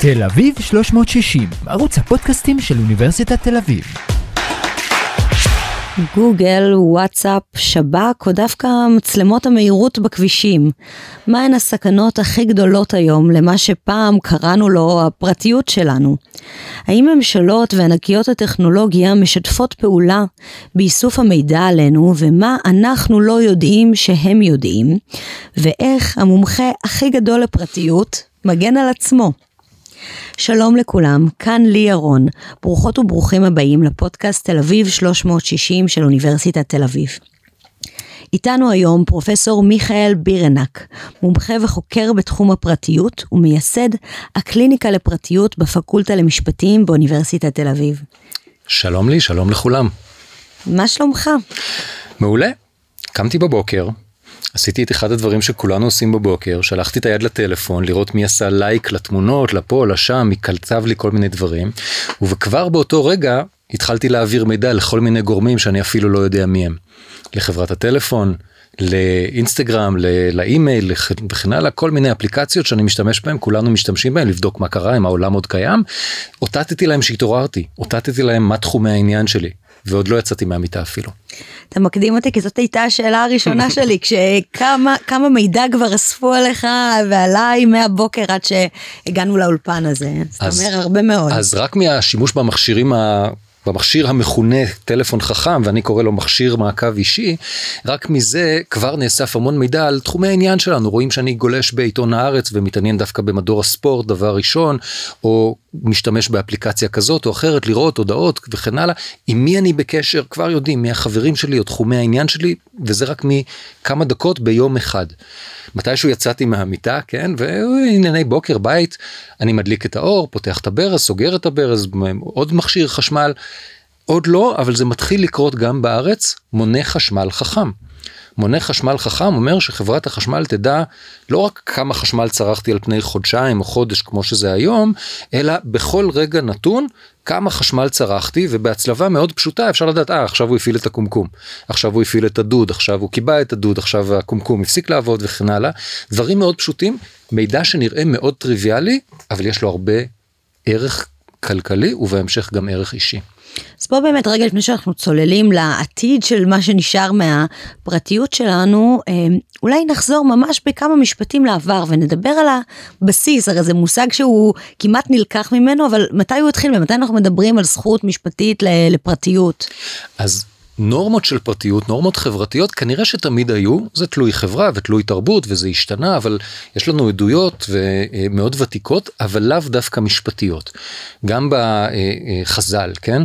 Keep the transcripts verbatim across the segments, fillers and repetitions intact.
תל אביב שלוש מאות שישים, ערוץ הפודקאסטים של אוניברסיטת תל אביב. גוגל, וואטסאפ, שב"כ או דווקא מצלמות המהירות בכבישים. מהן הסכנות הכי גדולות היום למה שפעם קראנו לו הפרטיות שלנו? האם ממשלות וענקיות הטכנולוגיה משתפות פעולה באיסוף המידע עלינו, ומה אנחנו לא יודעים שהם יודעים? ואיך המומחה הכי גדול לפרטיות מגן על עצמו? שלום לכולם, כאן לי ירון, ברוכות וברוכים הבאים לפודקאסט תל אביב שלוש מאות שישים של אוניברסיטת תל אביב. איתנו היום פרופסור מיכאל בירנק, מומחה וחוקר בתחום הפרטיות ומייסד הקליניקה לפרטיות בפקולטה למשפטים באוניברסיטת תל אביב. שלום לי, שלום לכולם. מה שלומך? מעולה, קמתי בבוקר. עשיתי את אחד הדברים שכולנו עושים בבוקר, שלחתי את היד לטלפון, לראות מי עשה לייק לתמונות, לפה, לשם, מי קלצב לי כל מיני דברים, וכבר באותו רגע התחלתי להעביר מידע לכל מיני גורמים שאני אפילו לא יודע מי הם. לחברת הטלפון, לאינסטגרם, לאימייל, וכן הלאה, כל מיני אפליקציות שאני משתמש בהן, כולנו משתמשים בהן, לבדוק מה קרה, אם העולם עוד קיים. אותתתי להם שהתעוררתי, אותתתי להם מה תחומי העניין שלי, ועוד לא יצאתי מהמיטה אפילו. אתה מקדים אותי, כי זאת הייתה השאלה הראשונה שלי, כשכמה כמה מידע כבר אספו עליך ועליי מהבוקר עד שהגענו לאולפן הזה. זאת אומרת, הרבה מאוד. אז רק מהשימוש במכשירים ה... במכשיר המכונה טלפון חכם, ואני קורא לו מכשיר מעקב אישי, רק מזה כבר נאסף המון מידע על תחומי העניין שלנו. רואים שאני גולש בעיתון הארץ ומתעניין דווקא במדור הספורט, דבר ראשון, או משתמש באפליקציה כזאת או אחרת, לראות הודעות וכן הלאה. עם מי אני בקשר, כבר יודעים, מי החברים שלי או תחומי העניין שלי, וזה רק מכמה דקות ביום אחד. מתישהו יצאתי מהמיטה, כן, וענייני בוקר, בית, אני מדליק את האור, פותח את הברז, סוגר את הברז, עוד מכשיר חשמל, עוד לא, אבל זה מתחיל לקרות גם בארץ, מונה חשמל חכם. מונה חשמל חכם אומר שחברת החשמל תדע לא רק כמה חשמל צרכתי על פני חודשיים או חודש כמו שזה היום, אלא בכל רגע נתון כמה חשמל צרכתי, ובהצלבה מאוד פשוטה אפשר לדעת, אה, עכשיו הוא הפעיל את הקומקום, עכשיו הוא הפעיל את הדוד, עכשיו הוא קיבע את הדוד, עכשיו הקומקום הפסיק לעבוד וכן הלאה. דברים מאוד פשוטים, מידע שנראה מאוד טריוויאלי, אבל יש לו הרבה ערך כלכלי ובהמשך גם ערך אישי. אז פה באמת רגע לפני שאנחנו צוללים לעתיד של מה שנשאר מהפרטיות שלנו, אולי נחזור ממש בכמה משפטים לעבר ונדבר על הבסיס. הרי זה מושג שהוא כמעט נלקח ממנו, אבל מתי הוא התחיל ומתי אנחנו מדברים על זכות משפטית לפרטיות? אז נורמות של פרטיות, נורמות חברתיות, כנראה שתמיד היו, זה תלוי חברה ותלוי תרבות וזה השתנה, אבל יש לנו עדויות מאוד ותיקות, אבל לאו דווקא משפטיות. גם בחז"ל, כן?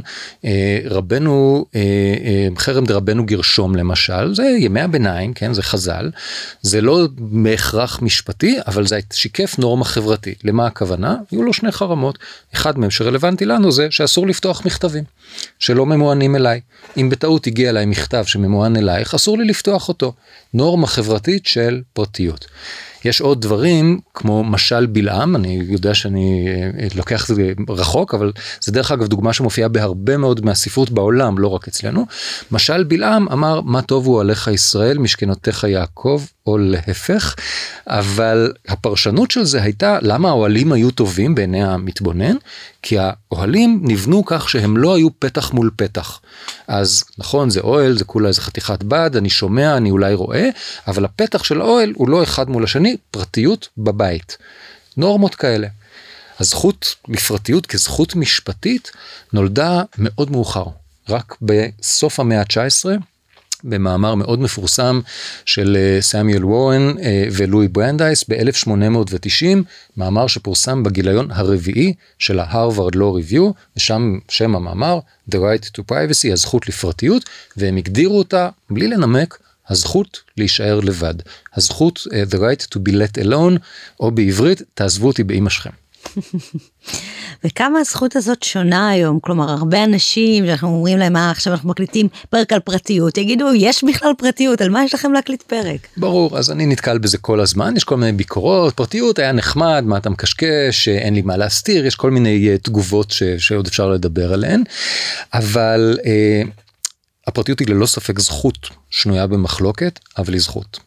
רבנו, חרם דרבנו גרשום למשל, זה ימי הביניים, כן? זה חז"ל, זה לא בהכרח משפטי, אבל זה שיקף נורמה חברתית. למה הכוונה? היו לו שני חרמות. אחד מהם שרלוונטי לנו זה שאסור לפתוח מכתבים, שלא ממוענים אליי. אם בטעות הגיע אליי מכתב שממוען אלייך, אסור לי לפתוח אותו. נורמה חברתית של פרטיות. יש עוד דברים, כמו משל בלעם, אני יודע שאני לוקח את זה רחוק, אבל זה דרך אגב דוגמה שמופיעה בהרבה מאוד מהספרות בעולם, לא רק אצלנו. משל בלעם אמר, מה טוב הוא עליך ישראל, משכנותיך יעקב, או להפך, אבל הפרשנות של זה הייתה, למה האוהלים היו טובים בעיני המתבונן? כי האוהלים נבנו כך שהם לא היו פתח מול פתח. אז נכון, זה אוהל, זה כולה איזה חתיכת בד, אני שומע, אני אולי רואה, אבל הפתח של האוהל הוא לא אחד מול השני, פרטיות בבית. נורמות כאלה. הזכות לפרטיות כזכות משפטית נולדה מאוד מאוחר, רק בסוף המאה ה-תשע עשרה, במאמר מאוד מפורסם של סמיואל וורן ולואי ברנדייס ב-אלף שמונה מאות ותשעים, מאמר שפורסם בגיליון הרביעי של ההרווארד לו ריוויו, ושם שם המאמר The Right to Privacy, הזכות לפרטיות, והם הגדירו אותה בלי לנמק, הזכות להישאר לבד, הזכות The Right to be let alone, או בעברית תעזבו אותי באמא שלכם. וכמה הזכות הזאת שונה היום, כלומר הרבה אנשים שאנחנו אומרים להם, מה עכשיו אנחנו מקליטים פרק על פרטיות, יגידו יש בכלל פרטיות, על מה יש לכם להקליט פרק? ברור, אז אני נתקל בזה כל הזמן, יש כל מיני ביקורות, פרטיות היה נחמד, מה אתה מקשקש, אין לי מה להסתיר, יש כל מיני תגובות ש, שעוד אפשר לדבר עליהן, אבל אה, הפרטיות היא ללא ספק זכות שנויה במחלוקת, אבל היא זכות.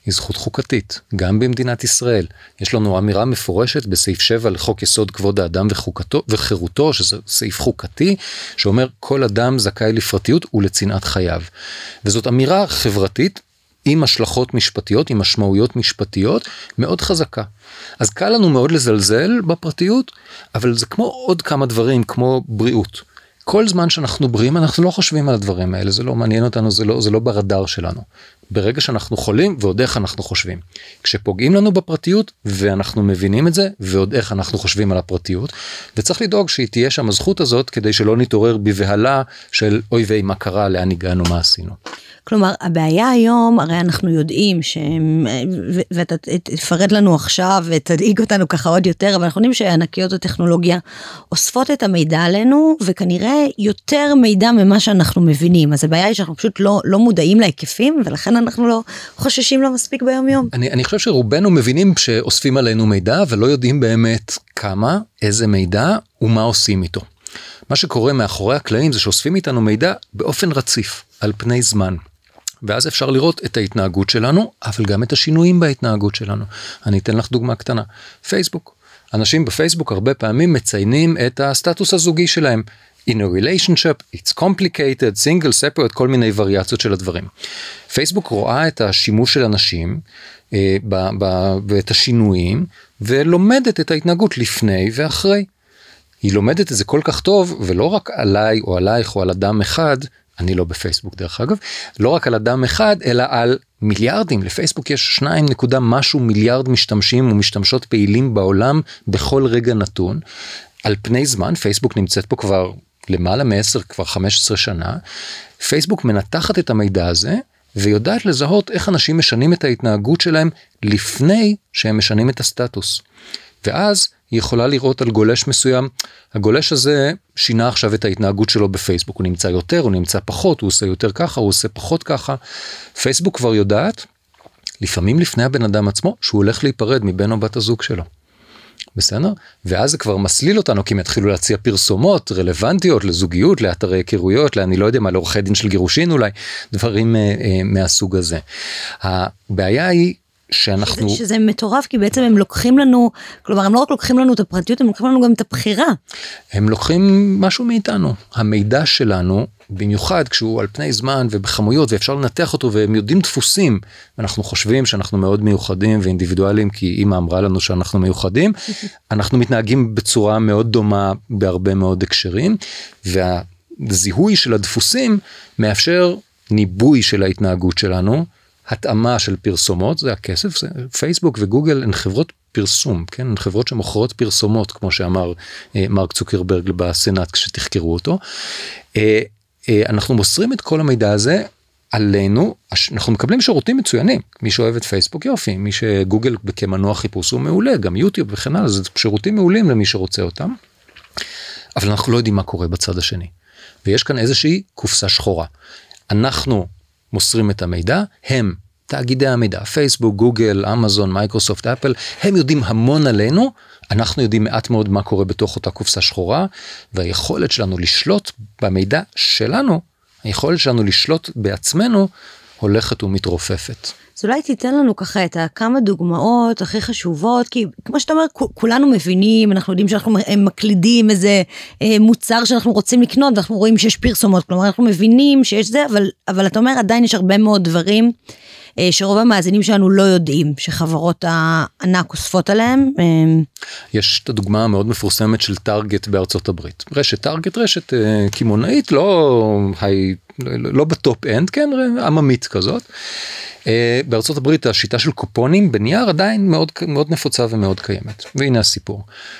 היא זכות חוקתית, גם במדינת ישראל. יש לנו אמירה מפורשת בסעיף שבע לחוק יסוד כבוד האדם וחוקתו, וחירותו, שזה סעיף חוקתי, שאומר כל אדם זכאי לפרטיות ולצנעת חייו. וזאת אמירה חברתית, עם השלכות משפטיות, עם משמעויות משפטיות, מאוד חזקה. אז קל לנו מאוד לזלזל בפרטיות, אבל זה כמו עוד כמה דברים, כמו בריאות. כל זמן שאנחנו בריאים, אנחנו לא חושבים על הדברים האלה, זה לא מעניין אותנו, זה לא, זה לא ברדאר שלנו. ברגע שאנחנו חולים, ועוד איך אנחנו חושבים. כשפוגעים לנו בפרטיות, ואנחנו מבינים את זה, ועוד איך אנחנו חושבים על הפרטיות, וצריך לדאוג שהיא תהיה שם הזכות הזאת, כדי שלא נתעורר בבהלה של אוי ואי מה קרה, לאן הגענו, מה עשינו. כלומר, הבעיה היום, הרי אנחנו יודעים שהם, ואתה תפרד לנו עכשיו, ותדאיג אותנו ככה עוד יותר, אבל אנחנו יודעים שענקיות הטכנולוגיה אוספות את המידע עלינו, וכנראה יותר מידע ממה שאנחנו מבינים. אז הבעיה היא שאנחנו פשוט לא, לא מודעים להיקפים, ולכן אנחנו לא חוששים לו מספיק ביום יום. אני, אני חושב שרובנו מבינים שאוספים עלינו מידע, ולא יודעים באמת כמה, איזה מידע, ומה עושים איתו. מה שקורה מאחורי הקלעים, זה שאוספים איתנו מידע באופן רציף, על פני זמן. ואז אפשר לראות את ההתנהגות שלנו, אבל גם את השינויים בהתנהגות שלנו. אני אתן לך דוגמה קטנה. פייסבוק. אנשים בפייסבוק הרבה פעמים מציינים את הסטטוס הזוגי שלהם. In a relationship, it's complicated, single, separate, כל מיני וריאציות של הדברים. פייסבוק רואה את השימוש של אנשים, אה, ב- ב- ואת השינויים, ולומדת את ההתנהגות לפני ואחרי. היא לומדת את זה כל כך טוב, ולא רק עליי או עלייך או על אדם אחד, אני לא בפייסבוק דרך אגב, לא רק על אדם אחד, אלא על מיליארדים. לפייסבוק יש שניים נקודה משהו מיליארד משתמשים ומשתמשות פעילים בעולם בכל רגע נתון. על פני זמן, פייסבוק נמצאת פה כבר למעלה מ-עשר, כבר חמש עשרה שנה. פייסבוק מנתחת את המידע הזה, ויודעת לזהות איך אנשים משנים את ההתנהגות שלהם לפני שהם משנים את הסטטוס. ואז היא יכולה לראות על גולש מסוים, הגולש הזה שינה עכשיו את ההתנהגות שלו בפייסבוק, הוא נמצא יותר, הוא נמצא פחות, הוא עושה יותר ככה, הוא עושה פחות ככה. פייסבוק כבר יודעת, לפעמים לפני הבן אדם עצמו, שהוא הולך להיפרד מבן או בת הזוג שלו. בסדר? ואז זה כבר מסליל אותנו, כי הם יתחילו להציע פרסומות רלוונטיות לזוגיות, לאתרי היכרויות, לאני לא יודע מה, לעורכי דין של גירושין אולי, דברים אה, אה, מהסוג הזה. הבעיה היא, שאנחנו... שזה, שזה מטורף, כי בעצם הם לוקחים לנו, כלומר, הם לא רק לוקחים לנו את הפרטיות, הם לוקחים לנו גם את הבחירה. הם לוקחים משהו מאיתנו. המידע שלנו, במיוחד כשהוא על פני זמן ובחמויות, ואפשר לנתח אותו, והם יודעים דפוסים, ואנחנו חושבים שאנחנו מאוד מיוחדים ואינדיבידואלים, כי אמא אמרה לנו שאנחנו מיוחדים, אנחנו מתנהגים בצורה מאוד דומה בהרבה מאוד הקשרים, והזיהוי של הדפוסים מאפשר ניבוי של ההתנהגות שלנו, התאמה של פרסומות, זה הכסף, זה, פייסבוק וגוגל הן חברות פרסום, כן? הן חברות שמוכרות פרסומות, כמו שאמר אה, מרק צוקרברג בסנאט כשתחקרו אותו. אה, אה, אנחנו מוסרים את כל המידע הזה עלינו, אנחנו מקבלים שירותים מצוינים, מי שאוהב את פייסבוק יופי, מי שגוגל כמנוע חיפוש הוא מעולה, גם יוטיוב וכן הלאה, זה שירותים מעולים למי שרוצה אותם, אבל אנחנו לא יודעים מה קורה בצד השני. ויש כאן איזושהי קופסה שחורה. אנחנו מוסרים את המידע, הם תאגידי המידע, פייסבוק, גוגל, אמזון, מייקרוסופט, אפל, הם יודעים המון עלינו, אנחנו יודעים מעט מאוד מה קורה בתוך אותה קופסה שחורה, והיכולת שלנו לשלוט במידע שלנו, היכולת שלנו לשלוט בעצמנו, הולכת ומתרופפת. אז אולי תיתן לנו ככה את כמה דוגמאות הכי חשובות, כי כמו שאתה אומר, כולנו מבינים, אנחנו יודעים שאנחנו מקלידים איזה מוצר שאנחנו רוצים לקנות, ואנחנו רואים שיש פרסומות, כלומר אנחנו מבינים שיש זה, אבל, אבל אתה אומר עדיין יש הרבה מאוד דברים, שרוב המאזינים שלנו לא יודעים, שחברות הענק אוספות עליהם. יש את הדוגמה המאוד מפורסמת של טארגט בארצות הברית. רשת טארגט, רשת כימונאית, לא, לא בטופ אנד, כן, עממית כזאת. בארצות הברית השיטה של קופונים בנייר עדיין מאוד, מאוד נפוצה ומאוד קיימת. והנה הסיפור.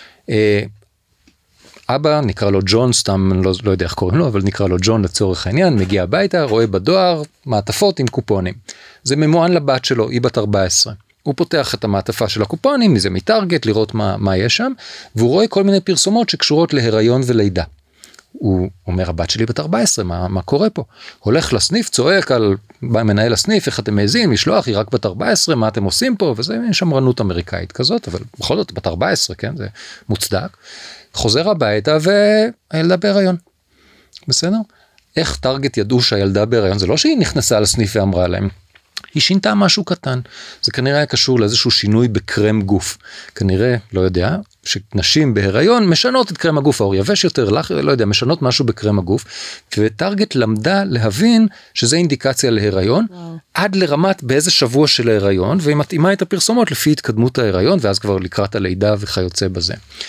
אבא, נקרא לו ג'ון, סתם לא, לא יודע איך קוראים לו, אבל נקרא לו ג'ון לצורך העניין, מגיע הביתה, רואה בדואר מעטפות עם קופונים. זה ממוען לבת שלו, היא בת ארבע עשרה. הוא פותח את המעטפה של הקופונים, מזה מטארגט, לראות מה, מה יש שם, והוא רואה כל מיני פרסומות שקשורות להיריון ולידה. הוא אומר, הבת שלי בת ארבע עשרה, מה, מה קורה פה? הולך לסניף, צועק על מנהל הסניף, איך אתם מעזים, לשלוח, היא רק בת ארבע עשרה, מה אתם עושים פה? וזה שמרנות אמריקאית כזאת, אבל בכל זאת, בת ארבע עשרה, כן, זה מוצדק. חוזר הביתה והילדה בהיריון. בסדר? איך טארגט ידעו שהילדה בהיריון? זה לא שהיא נכנסה לסניף ואמרה להם, היא שינתה משהו קטן, זה כנראה היה קשור לאיזשהו שינוי בקרם גוף, כנראה, לא יודע, שנשים בהיריון משנות את קרם הגוף, האור יבש יותר, לך, לא יודע, משנות משהו בקרם הגוף, וטרגט למדה להבין שזה אינדיקציה להיריון, וואו. עד לרמת באיזה שבוע של ההיריון, והיא מתאימה את הפרסומות לפי התקדמות ההיריון, ואז כבר לקראת הלידה וכיוצא בזה.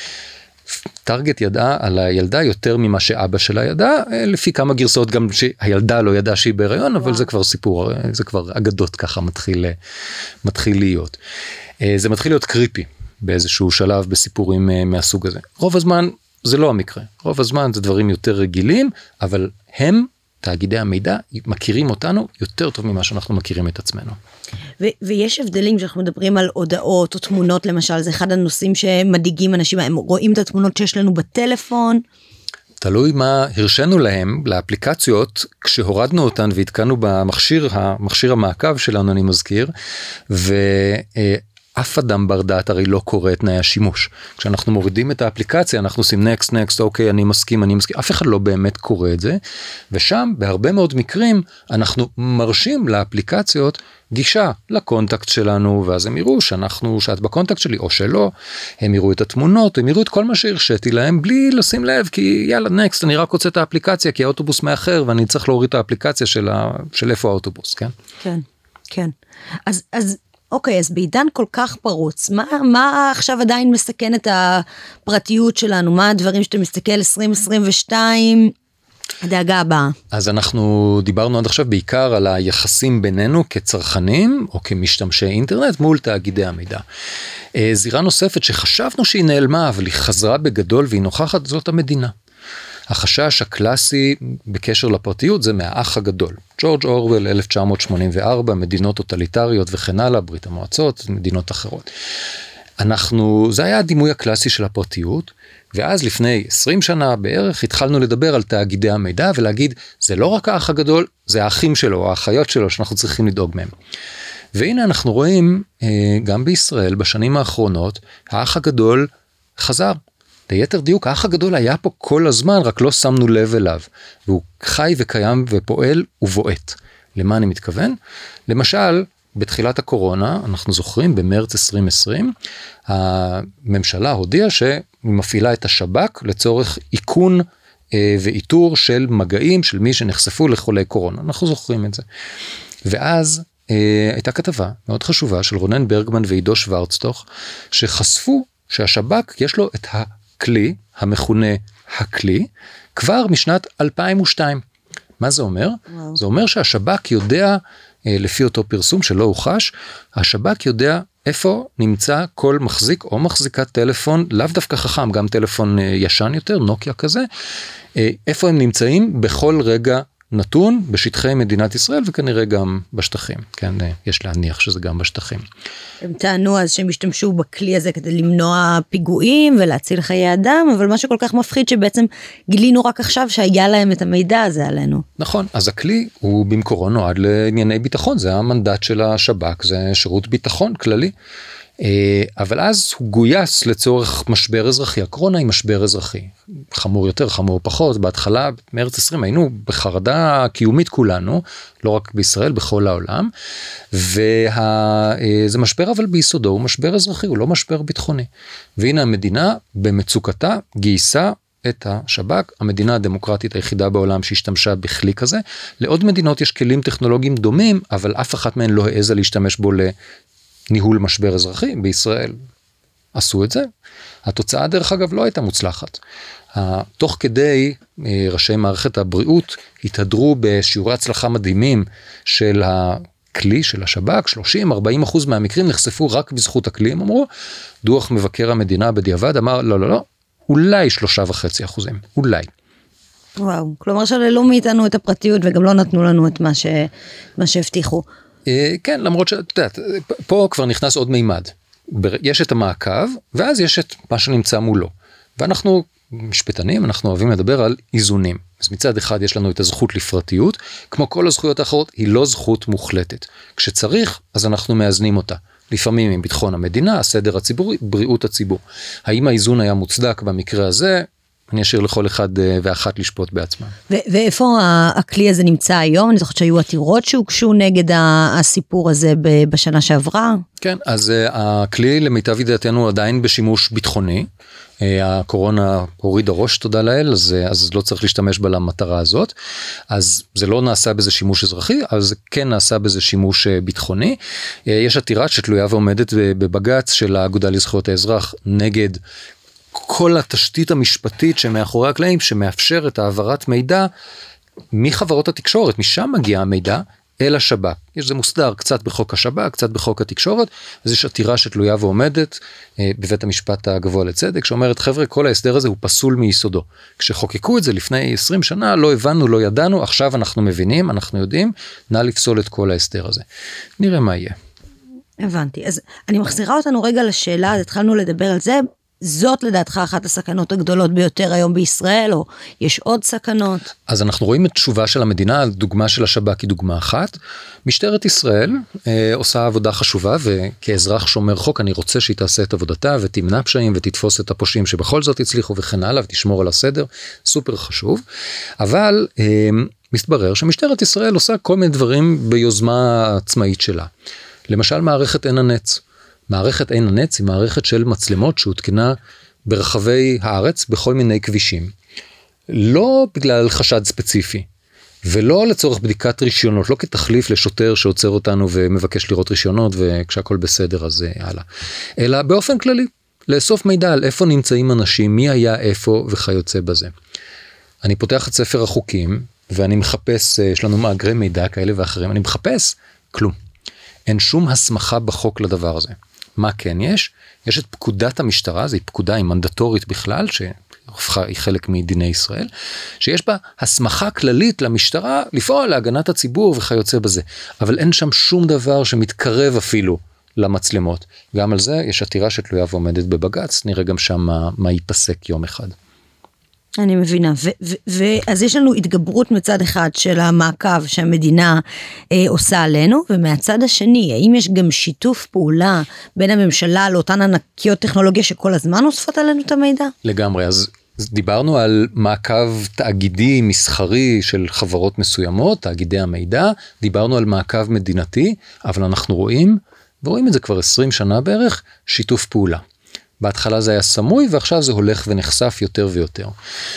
טרגט ידעה על הילדה יותר ממה שאבא שלה ידע, לפי כמה גרסאות גם שהילדה לא ידעה שהיא בהיריון, אבל זה כבר סיפור, זה כבר אגדות ככה מתחיל, מתחיל להיות. זה מתחיל להיות קריפי באיזשהו שלב בסיפורים מהסוג הזה. רוב הזמן זה לא המקרה, רוב הזמן זה דברים יותר רגילים, אבל הם, תאגידי המידע, מכירים אותנו יותר טוב ממה שאנחנו מכירים את עצמנו. ו- ויש הבדלים שאנחנו מדברים על הודעות או תמונות למשל, זה אחד הנושאים שמדאיגים אנשים, הם רואים את התמונות שיש לנו בטלפון. תלוי מה הרשנו להם לאפליקציות, כשהורדנו אותן והתקנו במכשיר, המכשיר המעקב שלנו אני מזכיר, ו... אף אדם בר דעת הרי לא קורא את תנאי השימוש. כשאנחנו מורידים את האפליקציה, אנחנו עושים next, next, אוקיי, אני מסכים, אני מסכים. אף אחד לא באמת קורא את זה. ושם, בהרבה מאוד מקרים, אנחנו מרשים לאפליקציות גישה לקונטקט שלנו, ואז הם יראו שאנחנו, שאת בקונטקט שלי, או שלא, הם יראו את התמונות, הם יראו את כל מה שהרשיתי להם, בלי לשים לב, כי יאללה, next, אני רק רוצה את האפליקציה, כי האוטובוס מאחר, ואני צריך להוריד את האפליקציה של, ה... של איפה האוטובוס, כן? כן, כן. אז, אז... אוקיי, אז בעידן כל כך פרוץ, מה, מה עכשיו עדיין מסכן את הפרטיות שלנו? מה הדברים שאתה מסתכל עשרים עשרים ושתיים, הדאגה הבאה? אז אנחנו דיברנו עד עכשיו בעיקר על היחסים בינינו כצרכנים או כמשתמשי אינטרנט מול תאגידי המידע. זירה נוספת שחשבנו שהיא נעלמה, אבל היא חזרה בגדול והיא נוכחת, זאת המדינה. החשש הקלאסי בקשר לפרטיות זה מהאח הגדול. ג'ורג' אורוול, אלף תשע מאות שמונים וארבע, מדינות טוטליטריות וכן הלאה, ברית המועצות, מדינות אחרות. אנחנו, זה היה הדימוי הקלאסי של הפרטיות, ואז לפני עשרים שנה בערך התחלנו לדבר על תאגידי המידע ולהגיד, זה לא רק האח הגדול, זה האחים שלו, או האחיות שלו שאנחנו צריכים לדאוג מהם. והנה אנחנו רואים, גם בישראל, בשנים האחרונות, האח הגדול חזר. ליתר דיוק, האח הגדול היה פה כל הזמן, רק לא שמנו לב אליו, והוא חי וקיים ופועל ובועט. למה אני מתכוון? למשל, בתחילת הקורונה, אנחנו זוכרים, במרץ עשרים עשרים, הממשלה הודיעה שהיא מפעילה את השב"כ לצורך איכון אה, ואיתור של מגעים של מי שנחשפו לחולי קורונה. אנחנו זוכרים את זה. ואז אה, הייתה כתבה מאוד חשובה של רונן ברגמן ועידו שוורצטוך, שחשפו שהשב"כ יש לו את ה... כלי, המכונה הכלי, כבר משנת אלפיים ושתיים. מה זה אומר? וואו. זה אומר שהשב"כ יודע, לפי אותו פרסום שלא הוכח, השב"כ יודע איפה נמצא כל מחזיק או מחזיקת טלפון, לאו דווקא חכם, גם טלפון ישן יותר, נוקיה כזה, איפה הם נמצאים בכל רגע נתון בשטחי מדינת ישראל וכנראה גם בשטחים, כן, יש להניח שזה גם בשטחים. הם טענו אז שהם השתמשו בכלי הזה כדי למנוע פיגועים ולהציל חיי אדם, אבל מה שכל כך מפחיד שבעצם גילינו רק עכשיו שהיה להם את המידע הזה עלינו. נכון, אז הכלי הוא במקורו נועד לענייני ביטחון, זה המנדט של השב"כ, זה שירות ביטחון כללי, אבל אז הוא גויס לצורך משבר אזרחי, הקורונה היא משבר אזרחי, חמור יותר, חמור פחות, בהתחלה, מרץ עשרים, היינו בחרדה קיומית כולנו, לא רק בישראל, בכל העולם, וזה משבר אבל ביסודו, הוא משבר אזרחי, הוא לא משבר ביטחוני, והנה המדינה במצוקתה גייסה את השב"כ, המדינה הדמוקרטית היחידה בעולם שהשתמשה בכלי כזה, לעוד מדינות יש כלים טכנולוגיים דומים, אבל אף אחת מהן לא העזה להשתמש בו ל... ניהול משבר אזרחי, בישראל עשו את זה. התוצאה דרך אגב לא הייתה מוצלחת. תוך כדי ראשי מערכת הבריאות התהדרו בשיעורי הצלחה מדהימים של הכלי של השב"כ, שלושים עד ארבעים אחוז מהמקרים נחשפו רק בזכות הכלי, הם אמרו, דוח מבקר המדינה בדיעבד אמר לא לא לא, אולי שלושה וחצי אחוזים, אולי. וואו, כלומר שללו מאיתנו את הפרטיות וגם לא נתנו לנו את מה, ש... מה שהבטיחו. כן, למרות שאת יודעת, פה כבר נכנס עוד מימד. יש את המעקב, ואז יש את מה שנמצא מולו. ואנחנו משפטנים, אנחנו אוהבים לדבר על איזונים. אז מצד אחד יש לנו את הזכות לפרטיות, כמו כל הזכויות האחרות, היא לא זכות מוחלטת. כשצריך, אז אנחנו מאזנים אותה. לפעמים עם ביטחון המדינה, הסדר הציבורי, בריאות הציבור. האם האיזון היה מוצדק במקרה הזה? אני אשאיר לכל אחד ואחת לשפוט בעצמם. ואיפה הכלי הזה נמצא היום? אני זוכרת שהיו עתירות שהוגשו נגד הסיפור הזה בשנה שעברה. כן, אז הכלי למיטב ידיעתנו עדיין בשימוש ביטחוני. הקורונה הורידה ראש, תודה לאל, אז, אז לא צריך להשתמש בה למטרה הזאת. אז זה לא נעשה בזה שימוש אזרחי, אבל זה כן נעשה בזה שימוש ביטחוני. יש עתירה שתלויה ועומדת בבג"ץ של האגודה לזכויות האזרח נגד כל התשתית המשפטית שמאחורי הקלעים, שמאפשרת העברת מידע מחברות התקשורת, משם מגיע המידע אל השב"כ. יש זה מוסדר קצת בחוק השב"כ, קצת בחוק התקשורת, אז יש עתירה שתלויה ועומדת אה, בבית המשפט הגבוה לצדק, שאומרת, חבר'ה, כל ההסדר הזה הוא פסול מיסודו. כשחוקקו את זה לפני עשרים שנה, לא הבנו, לא ידענו, עכשיו אנחנו מבינים, אנחנו יודעים, נא לפסול את כל ההסדר הזה. נראה מה יהיה. הבנתי. אז אני מחזירה אותנו רגע לשאלה, אז התחלנו לדבר על זה, זאת לדעתך אחת הסכנות הגדולות ביותר היום בישראל, או יש עוד סכנות? אז אנחנו רואים את תשובה של המדינה, הדוגמה של השב"כ היא דוגמה אחת. משטרת ישראל אה, עושה עבודה חשובה, וכאזרח שומר חוק אני רוצה שהיא תעשה את עבודתה, ותמנע פשעים, ותתפוס את הפושעים שבכל זאת הצליחו וכן הלאה, ותשמור על הסדר, סופר חשוב. אבל אה, מסתברר שמשטרת ישראל עושה כל מיני דברים ביוזמה עצמאית שלה. למשל מערכת עין הנץ. מערכת עין הנץ היא מערכת של מצלמות שהותקנה ברחבי הארץ בכל מיני כבישים. לא בגלל חשד ספציפי, ולא לצורך בדיקת רישיונות, לא כתחליף לשוטר שעוצר אותנו ומבקש לראות רישיונות וכשהכל בסדר אז הלאה. אלא באופן כללי, לאסוף מידע על איפה נמצאים אנשים, מי היה איפה וכיוצא בזה. אני פותח את ספר החוקים ואני מחפש, יש לנו מאגרי מידע כאלה ואחרים, אני מחפש כלום. אין שום הסמכה בחוק לדבר הזה. מה כן יש? יש את פקודת המשטרה, זו פקודה היא מנדטורית בכלל, שהיא חלק מדיני ישראל, שיש בה הסמכה כללית למשטרה לפעול להגנת הציבור וכיוצא בזה. אבל אין שם שום דבר שמתקרב אפילו למצלמות. גם על זה יש עתירה שתלויה ועומדת בבג"ץ, נראה גם שם מה, מה ייפסק יום אחד. אני מבינה, ואז יש לנו התגברות מצד אחד של המעקב שהמדינה אה, עושה עלינו, ומהצד השני, האם יש גם שיתוף פעולה בין הממשלה לאותן ענקיות טכנולוגיה שכל הזמן אוספות עלינו את המידע? לגמרי, אז דיברנו על מעקב תאגידי מסחרי של חברות מסוימות, תאגידי המידע, דיברנו על מעקב מדינתי, אבל אנחנו רואים, ורואים את זה כבר עשרים שנה בערך, שיתוף פעולה. בהתחלה זה היה סמוי, ועכשיו זה הולך ונחשף יותר ויותר.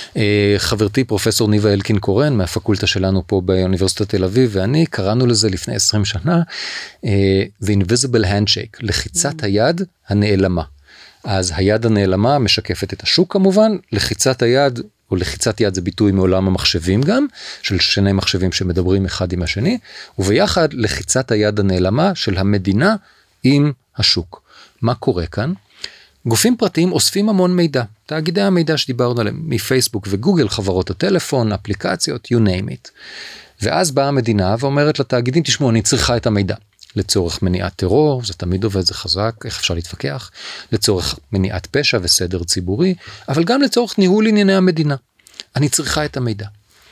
חברתי פרופסור ניבה אלקין קורן, מהפקולטה שלנו פה באוניברסיטת תל אביב, ואני קראנו לזה לפני עשרים שנה, The Invisible Handshake, לחיצת היד הנעלמה. אז היד הנעלמה משקפת את השוק כמובן, לחיצת היד, או לחיצת יד זה ביטוי מעולם המחשבים גם, של שני מחשבים שמדברים אחד עם השני, וביחד לחיצת היד הנעלמה של המדינה עם השוק. מה קורה כאן? גופים פרטיים אוספים המון מידע, תאגידי המידע שדיברנו עליהם, מפייסבוק וגוגל, חברות הטלפון, אפליקציות, you name it. ואז באה המדינה ואומרת לתאגידים, תשמעו, אני צריכה את המידע. לצורך מניעת טרור, זה תמיד עובד, זה חזק, איך אפשר להתווכח? לצורך מניעת פשע וסדר ציבורי, אבל גם לצורך ניהול ענייני המדינה. אני צריכה את המידע.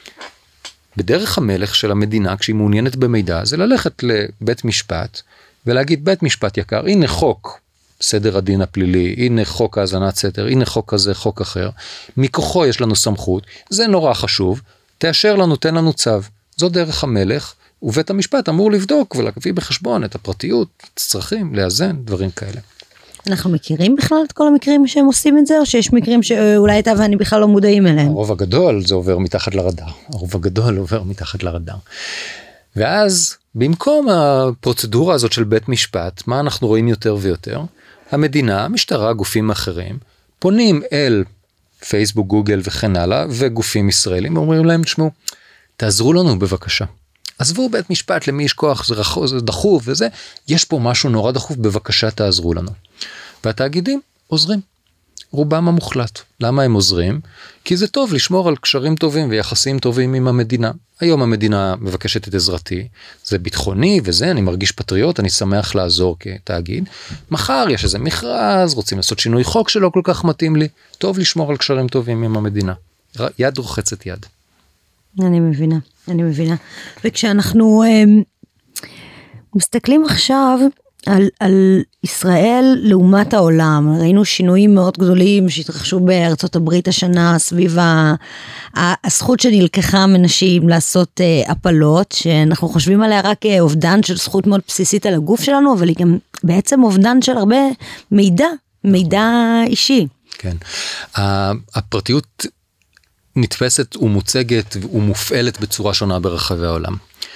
בדרך המלך של המדינה, כשהיא מעוניינת במידע, זה ללכת לבית משפט, ולהגיד, בית משפט יקר, הנה חוק, סדר הדין הפלילי, הנה חוק האזנת סתר, הנה חוק כזה, חוק אחר, מכוחו יש לנו סמכות, זה נורא חשוב, תאשר לנו, תן לנו צו, זו דרך המלך, ובית המשפט אמור לבדוק ולהביא בחשבון את הפרטיות, את הצרכים, לאזן, דברים כאלה. אנחנו מכירים בכלל את כל המקרים שהם עושים את זה, או שיש מקרים שאולי אתה ואני בכלל לא מודעים אליהם? הרוב הגדול זה עובר מתחת לרדאר, הרוב הגדול עובר מתחת לרדאר. ואז במקום הפרוצדורה הזאת של בית משפט, מה אנחנו רואים יותר ויותר? המדינה, המשטרה, גופים אחרים, פונים אל פייסבוק, גוגל וכן הלאה, וגופים ישראלים, אומרים להם, תשמעו, תעזרו לנו בבקשה. עזבו בית משפט, למי יש כוח, זה, רחוב, זה דחוף וזה, יש פה משהו נורא דחוף, בבקשה תעזרו לנו. והתאגידים עוזרים, רובם המוחלט. למה הם עוזרים? כי זה טוב לשמור על קשרים טובים ויחסים טובים עם המדינה. היום המדינה מבקשת את עזרתי, זה ביטחוני וזה, אני מרגיש פטריוט, אני שמח לעזור כתאגיד. מחר יש איזה מכרז, רוצים לעשות שינוי חוק שלא כל כך מתאים לי, טוב לשמור על קשרים טובים עם המדינה. יד רוחצת יד. אני מבינה, אני מבינה. וכשאנחנו אה, מסתכלים עכשיו, על, על ישראל לעומת העולם, ראינו שינויים מאוד גדולים שהתרחשו בארצות הברית השנה סביב ה, הזכות שנלקחה מנשים לעשות uh, הפלות, שאנחנו חושבים עליה רק uh, אובדן של זכות מאוד בסיסית על הגוף שלנו, אבל היא גם בעצם אובדן של הרבה מידע, מידע אישי. כן, הפרטיות נתפסת ומוצגת ומופעלת בצורה שונה ברחבי העולם.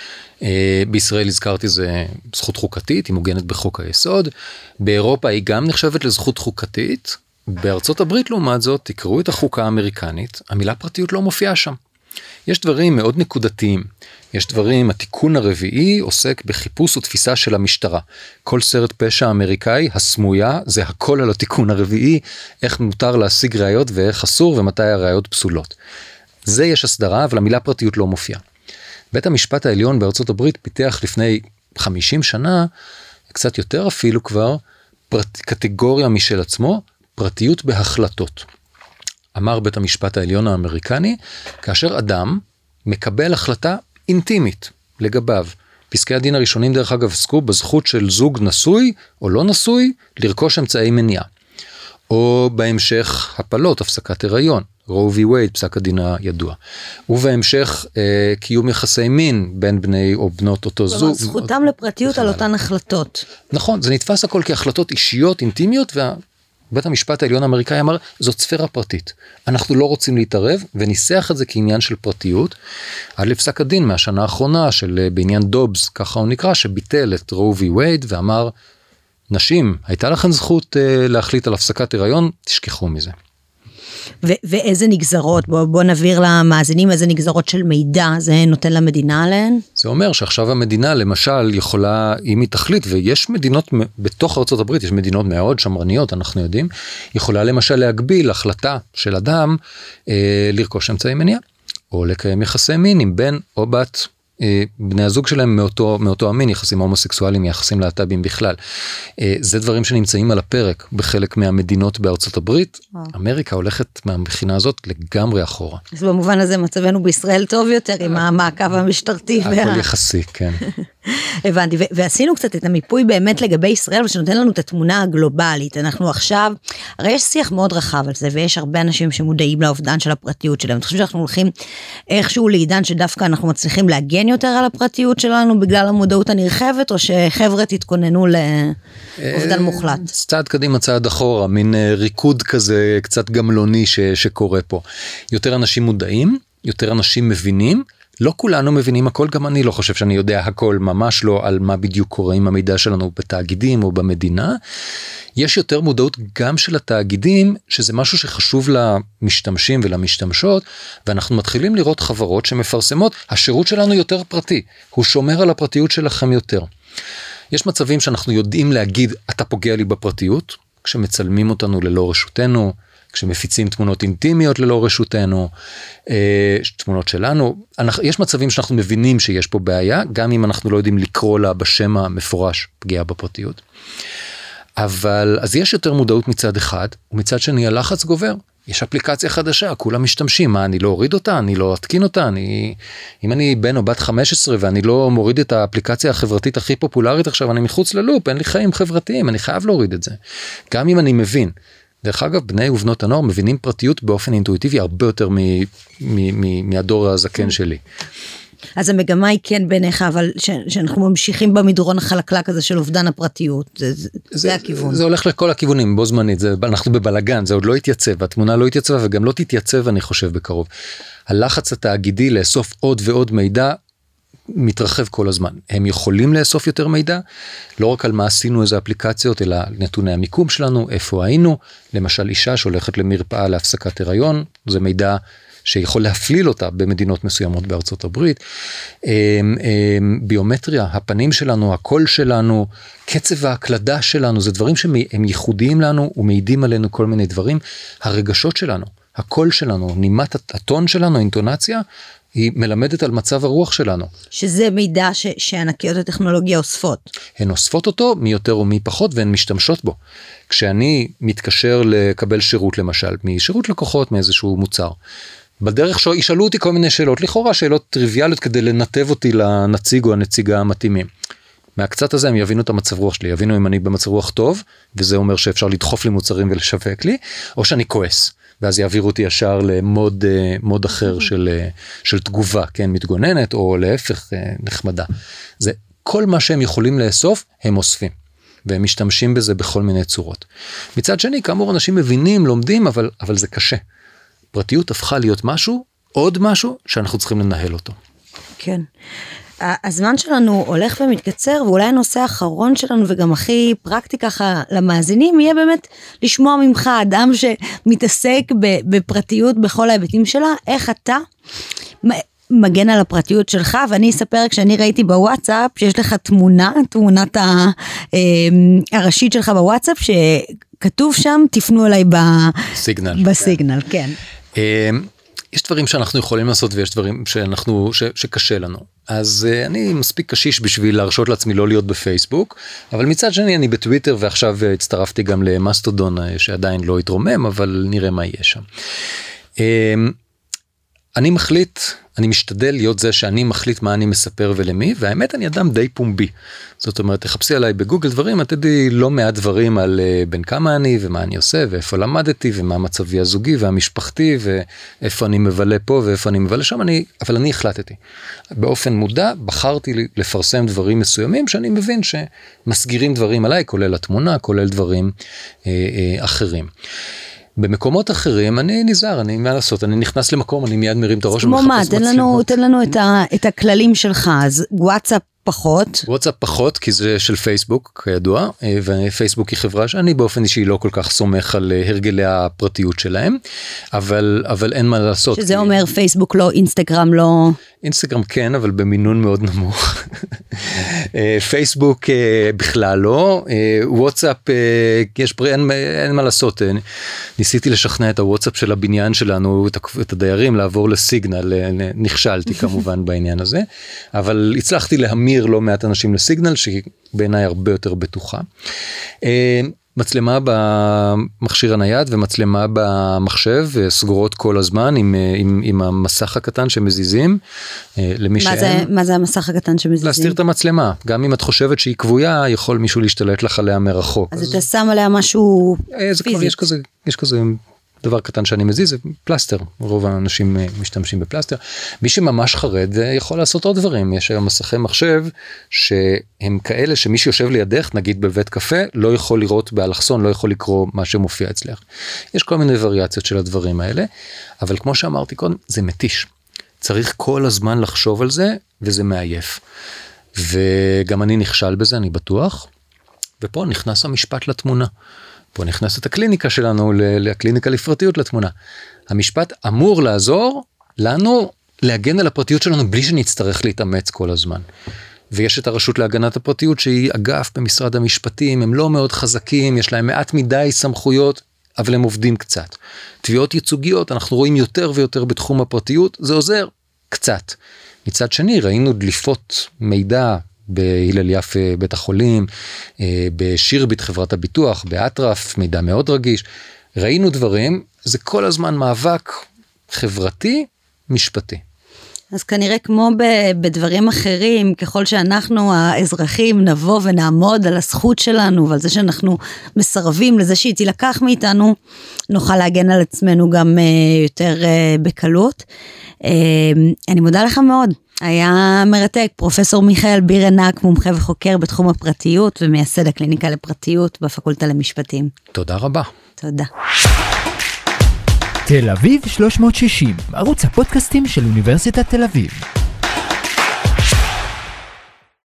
בישראל הזכרתי זה זכות חוקתית, היא מוגנת בחוק היסוד, באירופה היא גם נחשבת לזכות חוקתית, בארצות הברית לעומת זאת, תקראו את החוקה האמריקנית, המילה פרטיות לא מופיעה שם. יש דברים מאוד נקודתיים, יש דברים, התיקון הרביעי עוסק בחיפוש ותפיסה של המשטרה. כל סרט פשע אמריקאי, הסמויה, זה הכל על התיקון הרביעי, איך מותר להשיג ראיות ואיך אסור ומתי הראיות פסולות. זה יש הסדרה, אבל המילה פרטיות לא מופיעה. בית המשפט העליון בארצות הברית פיתח לפני חמישים שנה, קצת יותר אפילו כבר, פרט, קטגוריה משל עצמו, פרטיות בהחלטות. אמר בית המשפט העליון האמריקני, כאשר אדם מקבל החלטה אינטימית לגביו. פסקי הדין הראשונים דרך אגב עסקו בזכות של זוג נשוי או לא נשוי לרכוש אמצעי מניעה. או בהמשך הפלות, הפסקת הריון. רו וי וייד, פסק הדין הידוע. ובהמשך אה, קיום יחסי מין בין בני או בנות אותו זוג. זכותם לפרטיות על אותן החלטות. נכון, זה נתפס הכל כהחלטות אישיות, אינטימיות, ובית המשפט העליון האמריקאי אמר, זאת ספירה פרטית. אנחנו לא רוצים להתערב, וניסח את זה כעניין של פרטיות, עד לפסק הדין מהשנה האחרונה, של בעניין דובס, ככה הוא נקרא, שביטל את רו וי וייד, ואמר, נשים, הייתה לכם זכות אה, להחליט על הפסקת הריון, תשכחו מזה. ו- ואיזה נגזרות, בוא, בוא נבהיר למאזינים איזה נגזרות של מידע זה נותן למדינה עליהן? זה אומר שעכשיו המדינה למשל יכולה, אם היא תחליט, ויש מדינות בתוך ארצות הברית, יש מדינות מאוד שמרניות, אנחנו יודעים, יכולה למשל להגביל החלטה של אדם אה, לרכוש אמצעי מניעה, או לקיים יחסי מין עם בן או בת, אה, בני הזוג שלהם מאותו, מאותו המין, יחסים הומוסקסואליים, יחסים להט"בים בכלל. אה, זה דברים שנמצאים על הפרק בחלק מהמדינות בארצות הברית. וואו. אמריקה הולכת מהבחינה הזאת לגמרי אחורה. אז במובן הזה מצבנו בישראל טוב יותר עם המעקב המשטרתי. הכל וה... יחסי, כן. הבנתי, ו- ועשינו קצת את המיפוי באמת לגבי ישראל, ושנותן לנו את התמונה הגלובלית. אנחנו עכשיו, הרי יש שיח מאוד רחב על זה, ויש הרבה אנשים שמודעים לאובדן של הפרטיות שלהם. אני חושב שאנחנו הולכים איכשהו לעידן שדווקא אנחנו מצליחים להגן יותר על הפרטיות שלנו, בגלל המודעות הנרחבת, או שחבר'ה תתכוננו לאובדן מוחלט? צעד קדימה, צעד אחורה, מין ריקוד כזה קצת גמלוני ש- שקורה פה. יותר אנשים מודעים, יותר אנשים מבינים, לא כולנו מבינים הכל, גם אני לא חושב שאני יודע הכל, ממש לא על מה בדיוק קורה עם המידע שלנו בתאגידים או במדינה. יש יותר מודעות גם של התאגידים, שזה משהו שחשוב למשתמשים ולמשתמשות, ואנחנו מתחילים לראות חברות שמפרסמות, השירות שלנו יותר פרטי, הוא שומר על הפרטיות שלכם יותר. יש מצבים שאנחנו יודעים להגיד, אתה פוגע לי בפרטיות, כשמצלמים אותנו ללא רשותנו, כשמפיצים תמונות אינטימיות ללא רשותנו, תמונות שלנו, יש מצבים שאנחנו מבינים שיש פה בעיה, גם אם אנחנו לא יודעים לקרוא לה בשם המפורש, פגיעה בפרטיות. אבל, אז יש יותר מודעות מצד אחד, ומצד שני הלחץ גובר. יש אפליקציה חדשה, כולם משתמשים, מה, אני לא אוריד אותה, אני לא אתקין אותה, אני, אם אני בן או בת חמש עשרה ואני לא מוריד את האפליקציה החברתית הכי פופולרית עכשיו, אני מחוץ ללופ, אין לי חיים חברתיים, אני חייב להוריד את זה. גם אם אני מבין. דרך אגב, בני ובנות הנוער מבינים פרטיות באופן אינטואיטיבי הרבה יותר מ, מ, מ, מהדור הזקן שלי. אז המגמה היא כן ביניך, אבל ש, שאנחנו ממשיכים במדרון החלקלק הזה של אובדן הפרטיות, זה, זה, זה, זה הכיוון. זה הולך לכל הכיוונים, בו זמנית, זה, אנחנו בבלגן, זה עוד לא התייצב, התמונה לא התייצבה וגם לא תתייצב, אני חושב בקרוב. הלחץ התאגידי לאסוף עוד ועוד מידע, מתרחב כל הזמן. הם יכולים לאסוף יותר מידע, לא רק על מה עשינו איזה אפליקציות, אלא נתוני המיקום שלנו, איפה היינו, למשל אישה שהולכת למרפאה להפסקת הריון, זה מידע שיכול להפליל אותה במדינות מסוימות בארצות הברית, ביומטריה, הפנים שלנו, הקול שלנו, קצב ההקלדה שלנו, זה דברים שהם ייחודיים לנו ומעידים עלינו כל מיני דברים, הרגשות שלנו, הקול שלנו, נימת הטון שלנו, האינטונציה, היא מלמדת על מצב הרוח שלנו. שזה מידע ש- שענקיות הטכנולוגיה אוספות. הן אוספות אותו מי יותר ומי פחות והן משתמשות בו. כשאני מתקשר לקבל שירות למשל, משירות לקוחות מאיזשהו מוצר, בדרך שישאלו אותי כל מיני שאלות, לכאורה שאלות טריוויאליות כדי לנתב אותי לנציג או הנציגה המתאימים. מהקצת הזה הם יבינו את המצב רוח שלי, יבינו אם אני במצב רוח טוב, וזה אומר שאפשר לדחוף לי מוצרים ולשווק לי, או שאני כועס, ואז יעבירו אותי ישר למוד מוד אחר של, של תגובה, כן, מתגוננת, או להפך נחמדה. זה כל מה שהם יכולים לאסוף, הם אוספים, והם משתמשים בזה בכל מיני צורות. מצד שני, כאמור, אנשים מבינים, לומדים, אבל, אבל זה קשה. פרטיות הפכה להיות משהו, עוד משהו, שאנחנו צריכים לנהל אותו. כן. הזמן שלנו הולך ומתקצר, ואולי הנושא האחרון שלנו, וגם הכי פרקטי ככה למאזינים, יהיה באמת לשמוע ממך, אדם שמתעסק בפרטיות בכל ההיבטים שלה, איך אתה מגן על הפרטיות שלך, ואני אספר כשאני ראיתי בוואטסאפ, שיש לך תמונה, תמונת הראשית שלך בוואטסאפ, שכתוב שם, תפנו אליי בסיגנל. בסיגנל, כן. יש דברים שאנחנו יכולים לעשות ויש דברים שאנחנו, ש, שקשה לנו. אז uh, אני מספיק קשיש בשביל להרשות לעצמי לא להיות בפייסבוק, אבל מצד שני אני בטוויטר ועכשיו uh, הצטרפתי גם למאסטודון uh, שעדיין לא התרומם, אבל נראה מה יהיה שם. Uh, אני מחליט, אני משתדל להיות זה שאני מחליט מה אני מספר ולמי, והאמת אני אדם די פומבי. זאת אומרת, תחפשי עליי בגוגל דברים, את תדעי לא מעט דברים על uh, בין כמה אני ומה אני עושה, ואיפה למדתי, ומה מצבי הזוגי והמשפחתי, ואיפה אני מבלה פה ואיפה אני מבלה שם, אני, אבל אני החלטתי. באופן מודע, בחרתי לפרסם דברים מסוימים, שאני מבין שמסגירים דברים עליי, כולל התמונה, כולל דברים uh, uh, אחרים. במקומות אחרים אני נזהר, אני מה לעשות, אני נכנס למקום, אני מיד מרים את הראש ומחפש מצלמות. תן לנו, תן לנו את, ה, את הכללים שלך, אז וואטסאפ פחות. וואטסאפ פחות, כי זה של פייסבוק, כידוע, ופייסבוק היא חברה שאני באופן אישי לא כל כך סומך על הרגלי הפרטיות שלהם, אבל, אבל אין מה לעשות. שזה כי... אומר פייסבוק לא, אינסטגרם לא... אינסטגרם כן, אבל במינון מאוד נמוך. פייסבוק בכלל לא, וואטסאפ, יש פרי, אין, אין מה לעשות. ניסיתי לשכנע את הוואטסאפ של הבניין שלנו, את הדיירים, לעבור לסיגנל, נכשלתי כמובן בעניין הזה, אבל הצלחתי להמיר לא מעט אנשים לסיגנל, שהיא בעיניי הרבה יותר בטוחה. מצלמה במכשיר הנייד ומצלמה במחשב, סגורות כל הזמן עם, עם, עם המסך הקטן שמזיזים. למי מה, זה, מה זה המסך הקטן שמזיזים? להסתיר את המצלמה. גם אם את חושבת שהיא קבועה, יכול מישהו להשתלט לך עליה מרחוק. אז, אז... אתה שם עליה משהו פיזית. כבר יש כזה, יש כזה דבר קטן שאני מזיז, זה פלסטר. רוב האנשים משתמשים בפלסטר. מי שממש חרד יכול לעשות עוד דברים. יש היום מסכי מחשב שהם כאלה שמי שיושב לידך, נגיד בבית קפה, לא יכול לראות באלכסון, לא יכול לקרוא מה שמופיע אצלך. יש כל מיני וריאציות של הדברים האלה, אבל כמו שאמרתי קודם, זה מתיש. צריך כל הזמן לחשוב על זה, וזה מעייף. וגם אני נכשל בזה, אני בטוח. ופה נכנס המשפט לתמונה. פה נכנסת הקליניקה שלנו, לקליניקה לפרטיות לתמונה. המשפט אמור לעזור לנו להגן על הפרטיות שלנו, בלי שנצטרך להתאמץ כל הזמן. ויש את הרשות להגנת הפרטיות, שהיא אגף במשרד המשפטים, הם לא מאוד חזקים, יש להם מעט מדי סמכויות, אבל הם עובדים קצת. תביעות ייצוגיות, אנחנו רואים יותר ויותר בתחום הפרטיות, זה עוזר קצת. מצד שני, ראינו דליפות מידע, בהילל יפה בית החולים, בשירביט חברת הביטוח, באטרף, מידע מאוד רגיש. ראינו דברים, זה כל הזמן מאבק חברתי, משפטי. אז כנראה כמו בדברים אחרים, ככל שאנחנו האזרחים נבוא ונעמוד על הזכות שלנו, ועל זה שאנחנו מסרבים לזה שהיא תילקח מאיתנו, נוכל להגן על עצמנו גם יותר בקלות. אני מודה לך מאוד. היה מרתק, פרופסור מיכאל בירנק, מומחה וחוקר בתחום הפרטיות, ומייסד הקליניקה לפרטיות בפקולטה למשפטים. תודה רבה. תודה. תל אביב שלוש מאות שישים, ערוץ הפודקאסטים של אוניברסיטת תל אביב.